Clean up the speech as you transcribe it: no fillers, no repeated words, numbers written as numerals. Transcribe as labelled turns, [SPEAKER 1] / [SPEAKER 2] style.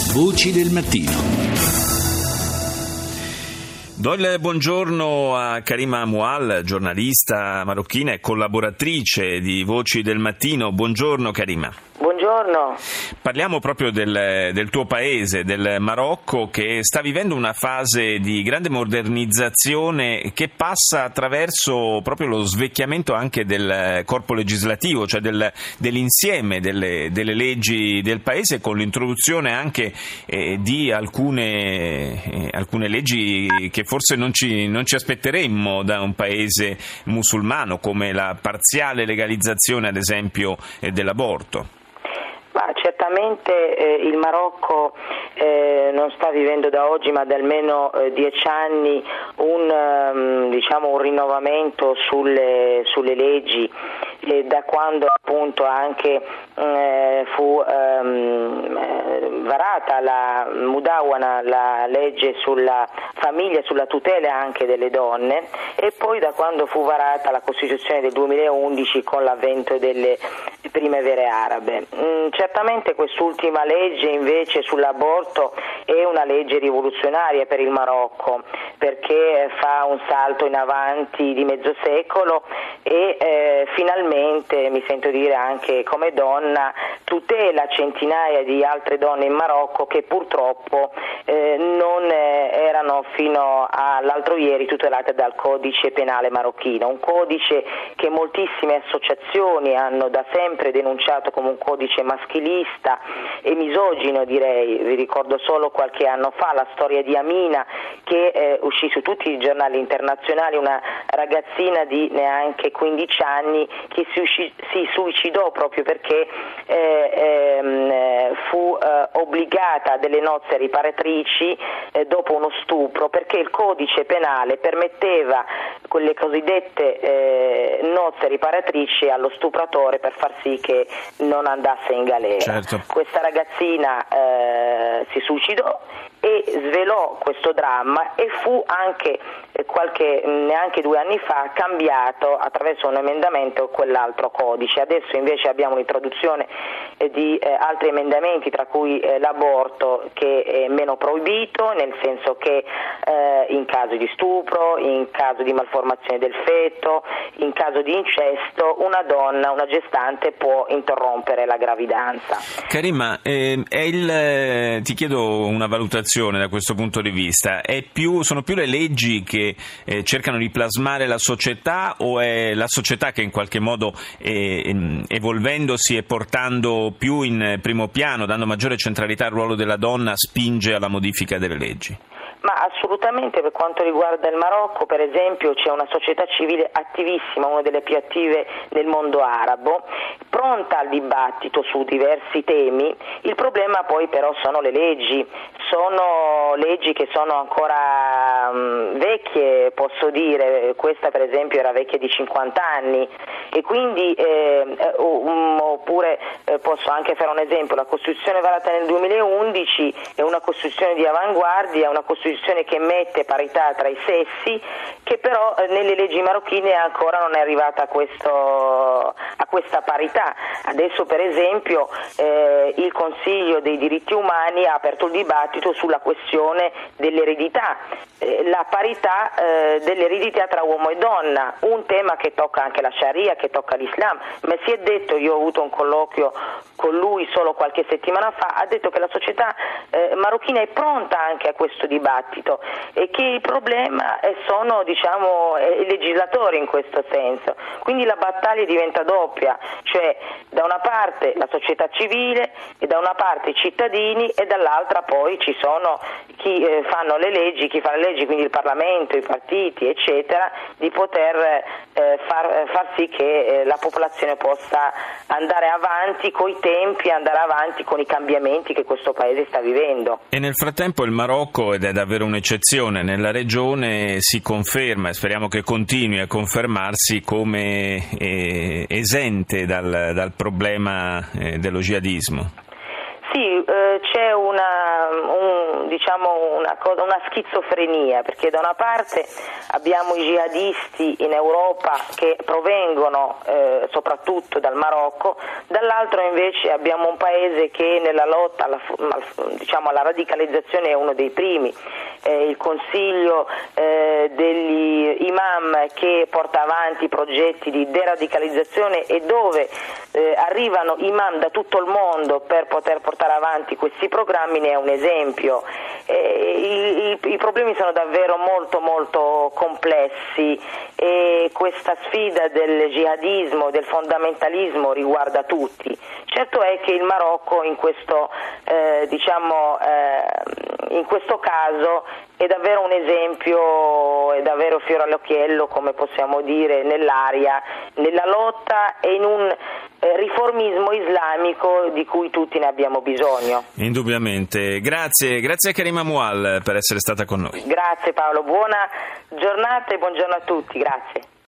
[SPEAKER 1] Voci del mattino.
[SPEAKER 2] Do il buongiorno a Karima Moual, giornalista marocchina e collaboratrice di Voci del Mattino. Buongiorno Karima.
[SPEAKER 3] Buongiorno.
[SPEAKER 2] Parliamo proprio del tuo paese, del Marocco, che sta vivendo una fase di grande modernizzazione che passa attraverso proprio lo svecchiamento anche del corpo legislativo, cioè dell'insieme delle leggi del paese, con l'introduzione anche di alcune leggi che forse non ci aspetteremmo da un paese musulmano, come la parziale legalizzazione ad esempio dell'aborto.
[SPEAKER 3] Ma certamente il Marocco non sta vivendo da oggi, ma da almeno 10 anni un rinnovamento sulle leggi, da quando appunto anche fu varata la Mudawana, la legge sulla famiglia, sulla tutela anche delle donne, e poi da quando fu varata la Costituzione del 2011 con l'avvento delle primavere arabe. Certamente quest'ultima legge invece sull'aborto è una legge rivoluzionaria per il Marocco, perché fa un salto in avanti di mezzo secolo e finalmente, mi sento dire anche come donna, tutela centinaia di altre donne in Marocco che purtroppo non erano fino all'altro ieri tutelate dal codice penale marocchino, un codice che moltissime associazioni hanno da sempre denunciato come un codice maschilista e misogino, direi. Vi ricordo solo qualche anno fa la storia di Amina, che uscì su tutti i giornali internazionali, una ragazzina di neanche 15 anni che si suicidò proprio perché fu obbligata a delle nozze riparatrici dopo uno stupro, perché il codice penale permetteva quelle cosiddette nozze riparatrici allo stupratore per far sì che non andasse in galera.
[SPEAKER 2] Certo.
[SPEAKER 3] Questa ragazzina si suicidò e svelò questo dramma, e fu anche neanche 2 anni fa cambiato attraverso un emendamento quell'altro codice. Adesso invece abbiamo l'introduzione di altri emendamenti, tra cui l'aborto, che è meno proibito, nel senso che in caso di stupro, in caso di malformazione del feto, in caso di incesto, una donna, una gestante può interrompere la gravidanza.
[SPEAKER 2] Karima, ti chiedo una valutazione da questo punto di vista. Sono più le leggi che cercano di plasmare la società, o è la società che in qualche modo evolvendosi e portando più in primo piano, dando maggiore centralità al ruolo della donna, spinge alla modifica delle leggi?
[SPEAKER 3] Ma assolutamente. Per quanto riguarda il Marocco, per esempio, c'è una società civile attivissima, una delle più attive del mondo arabo, pronta al dibattito su diversi temi. Il problema poi però sono le leggi che sono ancora vecchie, posso dire. Questa per esempio era vecchia di 50 anni, e quindi oppure posso anche fare un esempio: la Costituzione varata nel 2011 è una Costituzione di avanguardia, è una Costituzione che mette parità tra i sessi, che però nelle leggi marocchine ancora non è arrivata a questa parità. Adesso per esempio il Consiglio dei diritti umani ha aperto il dibattito sulla questione dell'eredità, la parità dell'eredità tra uomo e donna, un tema che tocca anche la Sharia, che tocca l'Islam. Ma si è detto, io ho avuto un colloquio con lui solo qualche settimana fa, ha detto che la società marocchina è pronta anche a questo dibattito, e che il problema sono i legislatori in questo senso. Quindi la battaglia diventa doppia, cioè da una parte la società civile e da una parte i cittadini, e dall'altra poi ci sono chi fanno le leggi, chi fa le leggi, quindi il Parlamento, i partiti eccetera, di poter far sì che la popolazione possa andare avanti coi tempi, andare avanti con i cambiamenti che questo paese sta vivendo.
[SPEAKER 2] E nel frattempo il Marocco, ed è davvero un'eccezione nella regione, si conferma, e speriamo che continui a confermarsi, come esente dal problema dello jihadismo.
[SPEAKER 3] Sì, c'è una schizofrenia, perché da una parte abbiamo i jihadisti in Europa che provengono soprattutto dal Marocco, dall'altro invece abbiamo un paese che nella lotta alla radicalizzazione è uno dei primi. Il Consiglio degli imam che porta avanti progetti di deradicalizzazione e dove arrivano imam da tutto il mondo per poter portare avanti questi programmi ne è un esempio. I problemi sono davvero molto molto complessi e questa sfida del jihadismo, del fondamentalismo riguarda tutti. Certo è che il Marocco in questo caso è davvero un esempio, è davvero fiore all'occhiello, come possiamo dire, nell'area, nella lotta e in un riformismo islamico di cui tutti ne abbiamo bisogno.
[SPEAKER 2] Indubbiamente. Grazie a Karima Mual per essere stata con noi.
[SPEAKER 3] Grazie Paolo, buona giornata e buongiorno a tutti, grazie.